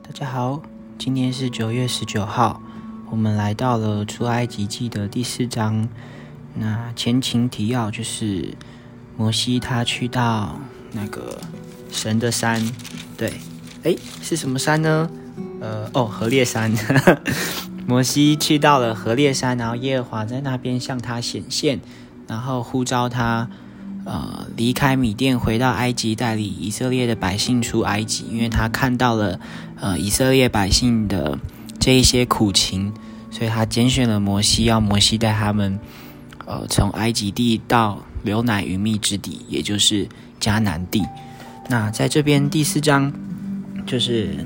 大家好，今天是9月19号，我们来到了出埃及记的第4章。那前情提要就是摩西他去到那个神的山，对，是什么山呢？何烈山。摩西去到了何烈山，然后耶和华在那边向他显现，然后呼召他离开米甸回到埃及，带领以色列的百姓出埃及，因为他看到了以色列百姓的这一些苦情，所以他拣选了摩西，要摩西带他们从埃及地到流奶与蜜之地，也就是迦南地。那在这边第4章就是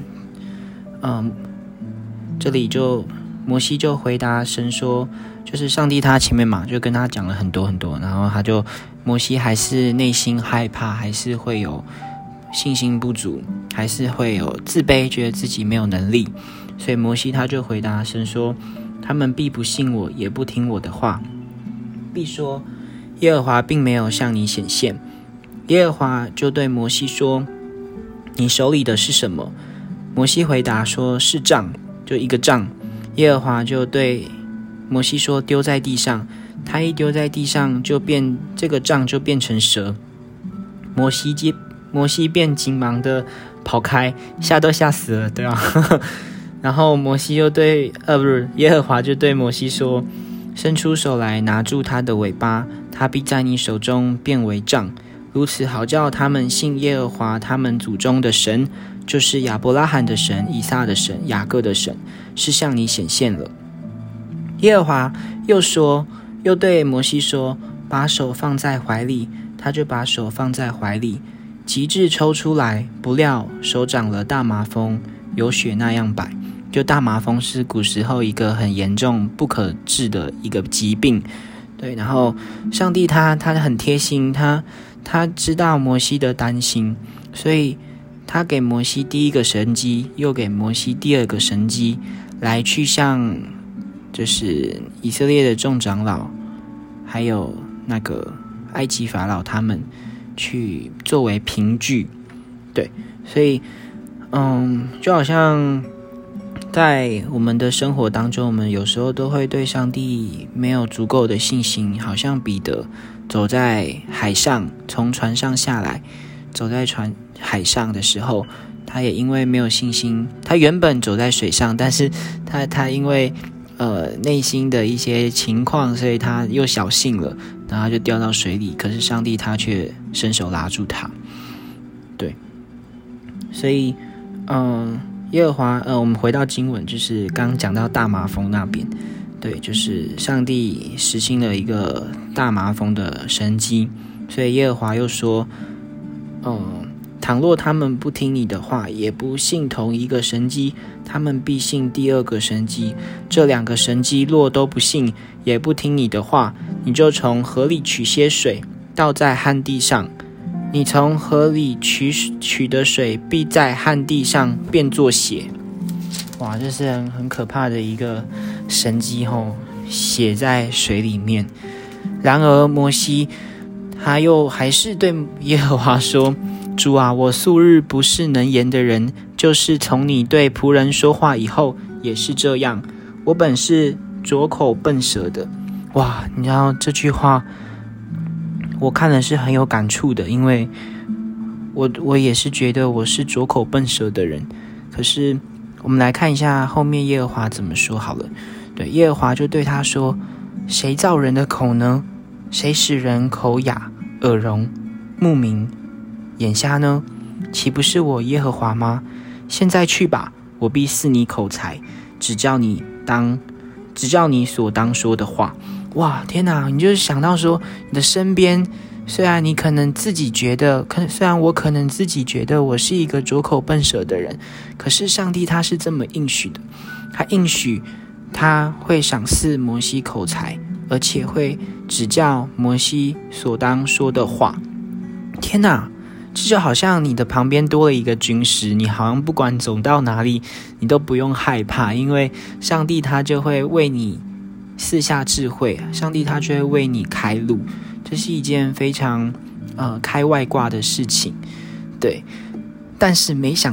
这里就摩西就回答神说，就是上帝他前面嘛就跟他讲了很多很多，然后摩西还是内心害怕，还是会有信心不足，还是会有自卑，觉得自己没有能力，所以摩西他就回答神说，他们必不信我，也不听我的话，必说耶和华并没有向你显现。耶和华就对摩西说，你手里的是什么？摩西回答说，是杖，就一个杖。耶和华就对摩西说，丢在地上。他一丢在地上，这个杖就变成蛇。摩西便急忙的跑开，吓死了，对啊。然后耶和华就对摩西说，伸出手来拿住他的尾巴，他必在你手中变为杖，如此好叫他们信耶和华他们祖宗的神，就是亚伯拉罕的神、以撒的神、雅各的神，是向你显现了。耶和华又对摩西说，把手放在怀里，他就把手放在怀里，极致抽出来，不料手长了大麻风，有血那样白。就大麻风是古时候一个很严重不可治的一个疾病，对。然后上帝他很贴心，他知道摩西的担心，所以他给摩西第一个神迹，又给摩西第二个神迹，来去向就是以色列的众长老，还有那个埃及法老他们去作为凭据，对。所以就好像在我们的生活当中，我们有时候都会对上帝没有足够的信心，好像彼得走在海上，从船上下来，走在海上的时候，他也因为没有信心，他原本走在水上，但是他因为内心的一些情况，所以他又小信了，然后他就掉到水里，可是上帝他却伸手拉住他，对。所以耶和华我们回到经文，就是刚刚讲到大麻风那边，对，就是上帝实行了一个大麻风的神迹，所以耶和华又说倘若他们不听你的话，也不信同一个神迹，他们必信第二个神迹。这2个神迹若都不信，也不听你的话，你就从河里取些水，倒在旱地上。你从河里取的水，必在旱地上变作血。哇，这是很可怕的一个神迹血在水里面。然而摩西他又还是对耶和华说，主啊，我素日不是能言的人，就是从你对仆人说话以后也是这样，我本是拙口笨舌的。哇，你知道这句话我看了是很有感触的，因为我也是觉得我是拙口笨舌的人。可是我们来看一下后面耶和华怎么说好了。对，耶和华就对他说，谁造人的口呢？谁使人口哑、耳聋、目明、眼瞎呢？岂不是我耶和华吗？现在去吧，我必赐你口才，指教你所当说的话。哇，天哪！你就是想到说，你的身边，虽然我可能自己觉得我是一个拙口笨舌的人，可是上帝他是这么应许的，他应许他会赏赐摩西口才，而且会指教摩西所当说的话。天哪！这就好像你的旁边多了一个军师，你好像不管走到哪里，你都不用害怕，因为上帝他就会为你赐下智慧，上帝他就会为你开路，这是一件非常开外挂的事情，对。但是没想到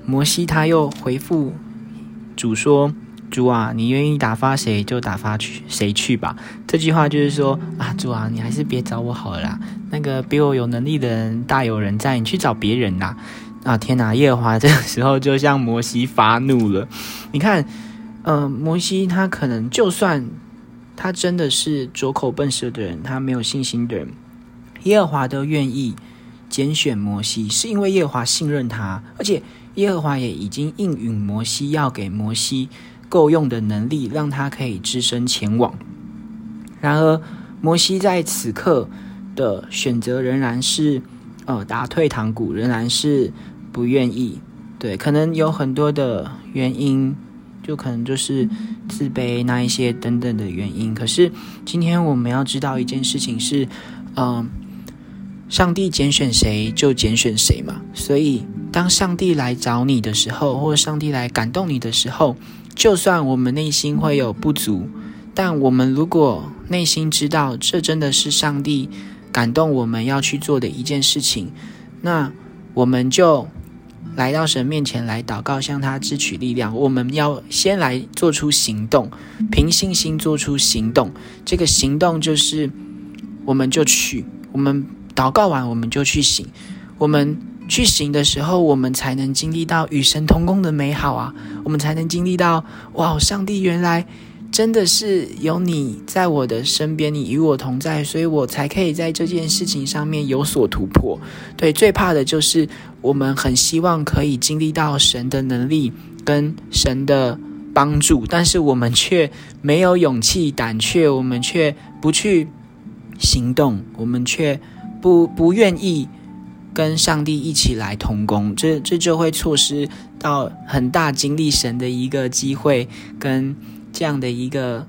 摩西他又回复主说，主啊，你愿意打发谁就打发谁去吧。这句话就是说啊，主啊，你还是别找我好了啦，那个比我有能力的人大有人在，你去找别人啦。啊，天哪，耶和华这个时候就向摩西发怒了。你看摩西他可能就算他真的是拙口笨舌的人，他没有信心的人，耶和华都愿意拣选摩西，是因为耶和华信任他，而且耶和华也已经应允摩西要给摩西够用的能力，让他可以只身前往。然而摩西在此刻的选择仍然是打退堂鼓，仍然是不愿意。对，可能有很多的原因，就可能就是自卑那一些等等的原因。可是今天我们要知道一件事情是上帝拣选谁就拣选谁嘛。所以当上帝来找你的时候，或者上帝来感动你的时候，就算我们内心会有不足，但我们如果内心知道这真的是上帝感动我们要去做的一件事情，那我们就来到神面前来祷告，向他支取力量。我们要先来做出行动，凭信心做出行动。这个行动就是我们就去，我们祷告完我们就去行。我们去行的时候，我们才能经历到与神同工的美好啊！我们才能经历到哇，上帝原来真的是有你在我的身边，你与我同在，所以我才可以在这件事情上面有所突破。对，最怕的就是我们很希望可以经历到神的能力跟神的帮助，但是我们却没有勇气胆怯，我们却不去行动，我们却不愿意跟上帝一起来同工，这就会错失到很大经历神的一个机会，跟这样的一个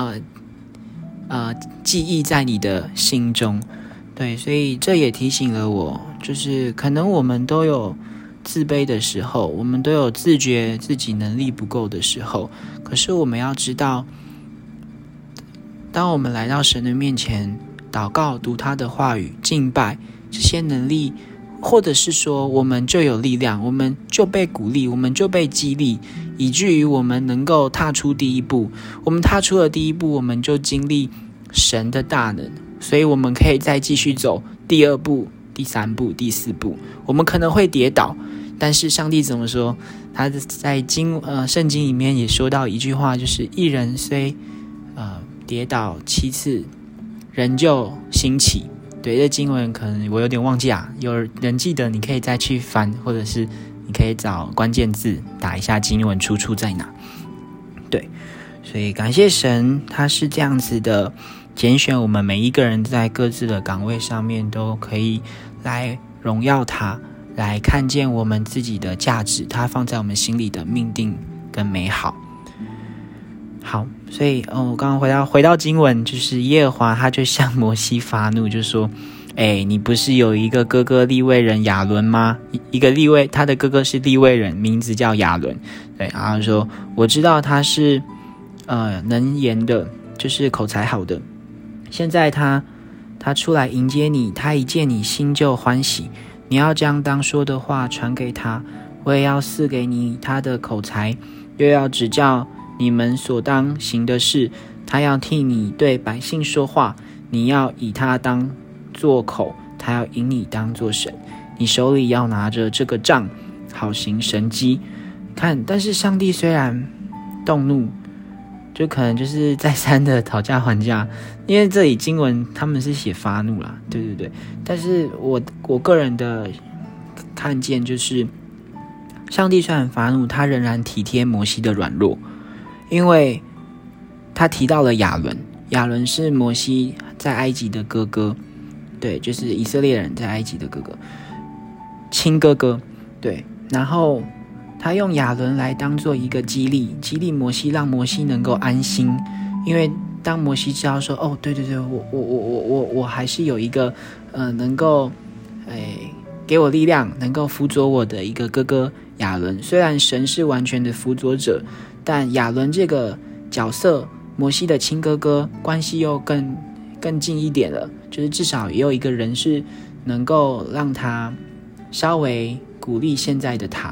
记忆在你的心中。对，所以这也提醒了我，就是可能我们都有自卑的时候，我们都有自觉自己能力不够的时候，可是我们要知道，当我们来到神的面前祷告，读他的话语，敬拜，这些能力或者是说我们就有力量，我们就被鼓励，我们就被激励，以至于我们能够踏出第一步。我们踏出了第一步，我们就经历神的大能，所以我们可以再继续走第二步、第三步、第四步。我们可能会跌倒，但是上帝怎么说？他在圣经里面也说到一句话，就是一人虽跌倒7次，仍旧兴起。对，这经文可能我有点忘记啊，有人记得你可以再去翻，或者是你可以找关键字打一下经文出处在哪。对，所以感谢神，他是这样子的拣选我们每一个人在各自的岗位上面都可以来荣耀他，来看见我们自己的价值，他放在我们心里的命定跟美好。好，所以我刚刚回到经文，就是耶和华他就向摩西发怒，就说你不是有一个哥哥利未人亚伦吗？一个利未，他的哥哥是利未人，名字叫亚伦。对，然后说我知道他是能言的，就是口才好的。现在他出来迎接你，他一见你心就欢喜。你要将当说的话传给他，我也要赐给你他的口才，又要指教你们所当行的事。他要替你对百姓说话，你要以他当作口，他要引你当作神。你手里要拿着这个杖，好行神迹。看，但是上帝虽然动怒，就可能就是再三的讨价还价，因为这里经文他们是写发怒啦，对，但是我个人的看见就是，上帝虽然发怒，他仍然体贴摩西的软弱，因为他提到了亚伦是摩西在埃及的哥哥，对，就是以色列人在埃及的哥哥，亲哥哥，对，然后他用亚伦来当做一个激励摩西，让摩西能够安心。因为当摩西知道说，对，我还是有一个能够给我力量，能够辅佐我的一个哥哥亚伦。虽然神是完全的辅佐者，但亚伦这个角色，摩西的亲哥哥，关系又更近一点了，就是至少也有一个人是能够让他稍微鼓励现在的他。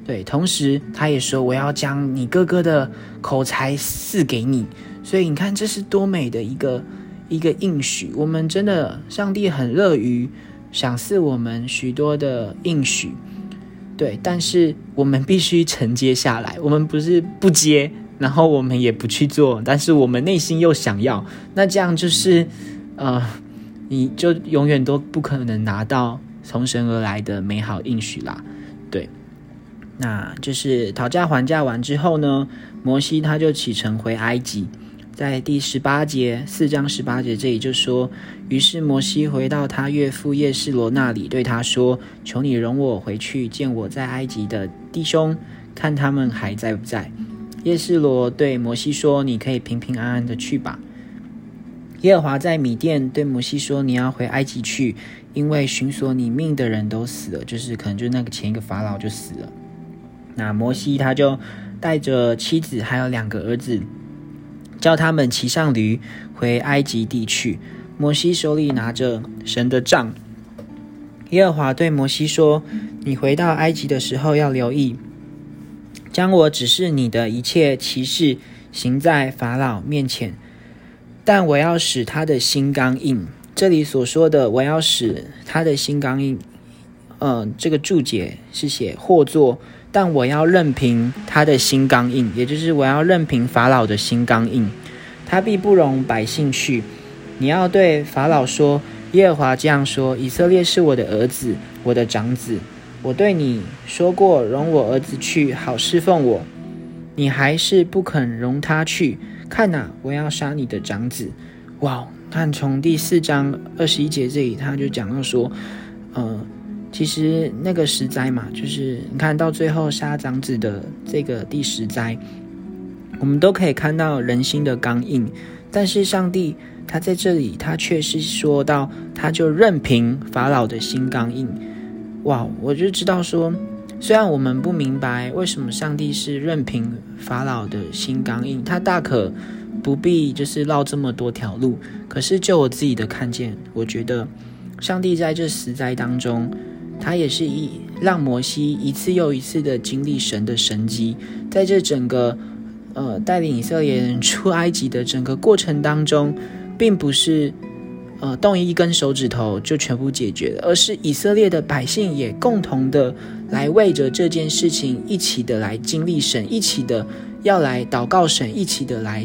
对，同时他也说我要将你哥哥的口才赐给你。所以你看，这是多美的一个应许。我们真的，上帝很乐于赏赐我们许多的应许，对，但是我们必须承接下来。我们不是不接，然后我们也不去做，但是我们内心又想要，那这样就是你就永远都不可能拿到从神而来的美好应许啦。对，那就是讨价还价完之后呢，摩西他就启程回埃及。在第18节，4章18节这里就说，于是摩西回到他岳父叶示罗那里，对他说，求你容我回去见我在埃及的弟兄，看他们还在不在。叶示罗对摩西说，你可以平平安安的去吧。耶和华在米甸对摩西说，你要回埃及去，因为寻索你命的人都死了，就是可能就是那个前一个法老就死了。那摩西他就带着妻子还有2个儿子，叫他们骑上驴回埃及地去。摩西手里拿着神的杖。耶和华对摩西说，你回到埃及的时候要留意，将我指示你的一切奇事行在法老面前，但我要使他的心刚硬。这里所说的我要使他的心刚硬，这个注解是写或作，但我要任凭他的心刚硬，也就是我要任凭法老的心刚硬，他必不容百姓去。你要对法老说，耶和华这样说，以色列是我的儿子，我的长子，我对你说过，容我儿子去，好侍奉我，你还是不肯容他去，看哪，我要杀你的长子。哇，看从第4章21节这里，他就讲到说，其实那个10灾嘛，就是你看到最后杀长子的这个第10灾，我们都可以看到人心的刚硬，但是上帝他在这里，他却是说到，他就任凭法老的心刚硬。哇，我就知道说，虽然我们不明白为什么上帝是任凭法老的心刚硬，他大可不必就是绕这么多条路，可是就我自己的看见，我觉得上帝在这10灾当中，他也是让摩西一次又一次的经历神的神迹，在这整个带领以色列人出埃及的整个过程当中，并不是动一根手指头就全部解决了，而是以色列的百姓也共同的来为着这件事情一起的来经历神，一起的要来祷告神，一起的来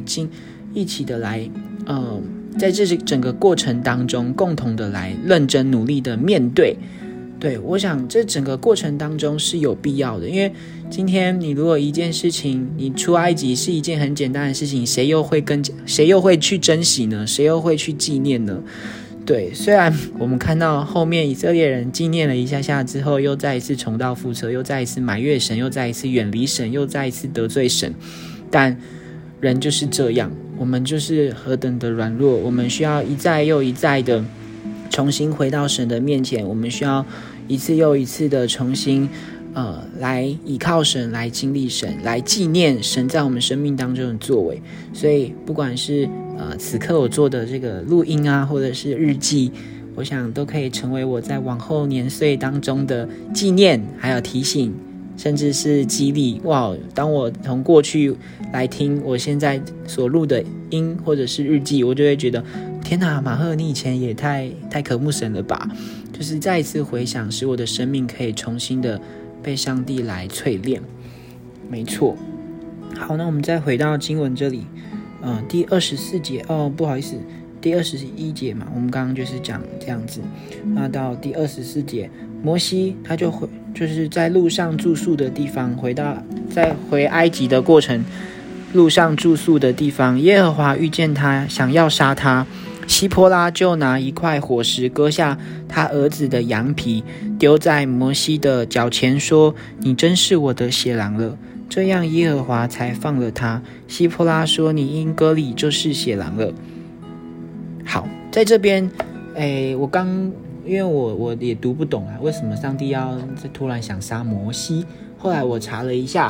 在这整个过程当中共同的来认真努力的面对。对，我想这整个过程当中是有必要的，因为今天你如果一件事情你出埃及是一件很简单的事情，谁又会去珍惜呢？谁又会去纪念呢？对，虽然我们看到后面以色列人纪念了一下下之后，又再一次重蹈覆辙，又再一次埋怨神，又再一次远离神，又再一次得罪神，但人就是这样，我们就是何等的软弱，我们需要一再又一再的重新回到神的面前，我们需要一次又一次的重新来依靠神，来经历神，来纪念神在我们生命当中的作为。所以不管是此刻我做的这个录音啊，或者是日记，我想都可以成为我在往后年岁当中的纪念，还有提醒，甚至是激励。哇，当我从过去来听我现在所录的音或者是日记，我就会觉得天哪，马赫你以前也太渴慕神了吧，就是再一次回想，使我的生命可以重新的被上帝来淬炼。没错。好，那我们再回到经文这里，第24节不好意思，第21节嘛，我们刚刚就是讲这样子。那到第24节，摩西他就是在路上住宿的地方，在回埃及的过程，路上住宿的地方，耶和华遇见他，想要杀他。希波拉就拿一块火石割下他儿子的羊皮，丢在摩西的脚前，说：你真是我的血狼了。这样耶和华才放了他。希波拉说：你因割礼就是血狼了。好，在这边因为我也读不懂为什么上帝要突然想杀摩西。后来我查了一下，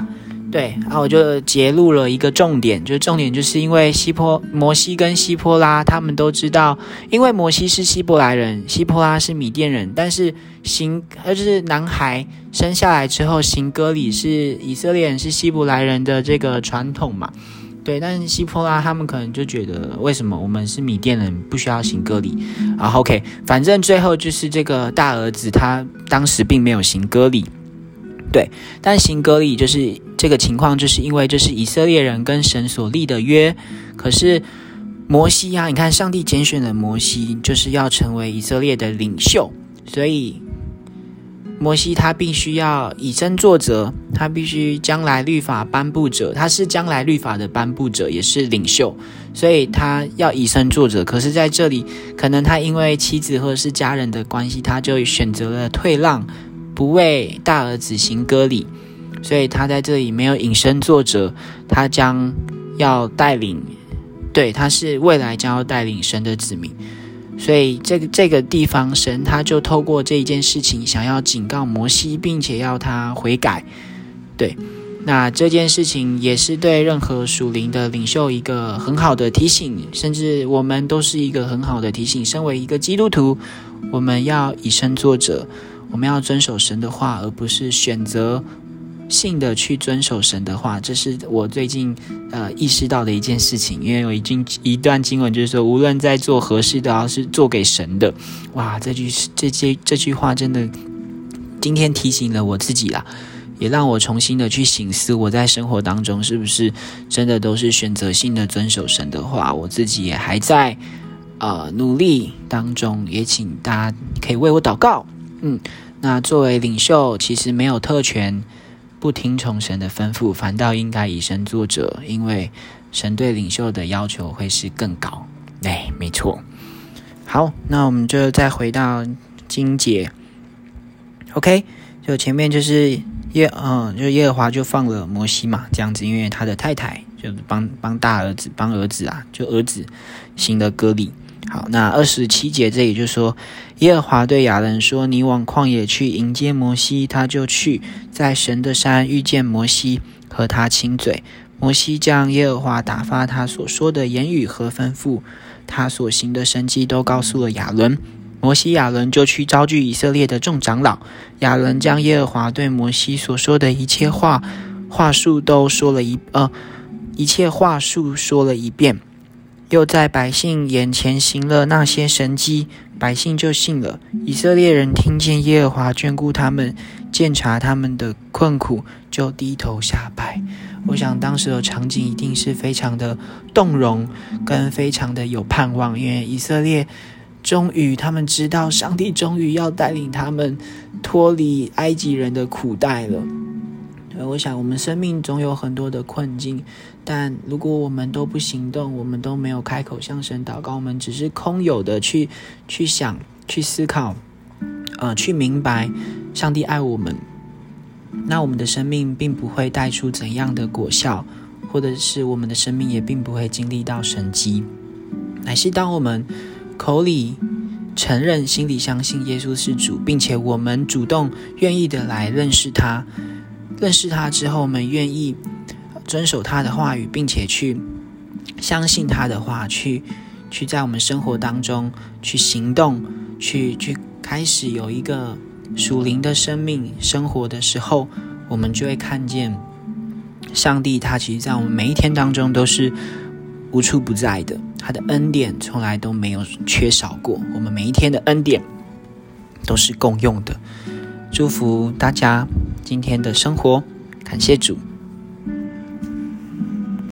对，然后我就揭露了一个重点，就是因为摩西跟希波拉他们都知道，因为摩西是希伯来人，希波拉是米甸人，但是就是男孩生下来之后行割礼是以色列人是希伯来人的这个传统嘛。对，但是希波拉他们可能就觉得，为什么我们是米甸人不需要行割礼？然后 OK， 反正最后就是这个大儿子他当时并没有行割礼。对，但行割礼就是这个情况，就是因为这是以色列人跟神所立的约。可是摩西啊，你看上帝拣选了摩西，就是要成为以色列的领袖，所以摩西他必须要以身作则，他必须将来律法颁布者，他是将来律法的颁布者，也是领袖，所以他要以身作则。可是在这里，可能他因为妻子或者是家人的关系，他就选择了退让，不为大儿子行割礼，所以他在这里没有以身作则，他将要带领，对，他是未来将要带领神的子民。所以这个地方，神他就透过这一件事情想要警告摩西，并且要他悔改。对，那这件事情也是对任何属灵的领袖一个很好的提醒，甚至我们都是一个很好的提醒。身为一个基督徒，我们要以身作则，我们要遵守神的话，而不是选择性的去遵守神的话。这是我最近意识到的一件事情，因为有一段经文就是说，无论在做何事都要是做给神的。哇，这句话真的今天提醒了我自己啦，也让我重新的去省思，我在生活当中是不是真的都是选择性的遵守神的话。我自己也还在努力当中，也请大家可以为我祷告。那作为领袖，其实没有特权不听从神的吩咐，反倒应该以身作则，因为神对领袖的要求会是更高。没错。好，那我们就再回到经节。OK， 就前面就是耶和华就放了摩西嘛，这样子，因为他的太太就帮儿子行了割礼。好，那27节这里就说，耶和华对亚伦说，你往旷野去迎接摩西，他就去，在神的山遇见摩西，和他亲嘴。摩西将耶和华打发他所说的言语和吩咐，他所行的神迹都告诉了亚伦。摩西亚伦就去召聚以色列的众长老，亚伦将耶和华对摩西所说的一切话术都说了一切话术说了一遍，又在百姓眼前行了那些神迹，百姓就信了。以色列人听见耶和华眷顾他们，鉴察他们的困苦，就低头下拜。我想当时的场景一定是非常的动容，跟非常的有盼望，因为以色列他们知道上帝终于要带领他们脱离埃及人的苦待了。我想我们生命总有很多的困境，但如果我们都不行动，我们都没有开口向神祷告，我们只是空有的去想、去思考，去明白上帝爱我们，那我们的生命并不会带出怎样的果效，或者是我们的生命也并不会经历到神迹，乃是当我们口里承认、心里相信耶稣是主，并且我们主动愿意的来认识他之后，我们愿意遵守他的话语，并且去相信他的话，去在我们生活当中去行动，去开始有一个属灵的生命生活的时候，我们就会看见上帝他其实在我们每一天当中都是无处不在的，他的恩典从来都没有缺少过，我们每一天的恩典都是共用的。祝福大家今天的生活，感谢主。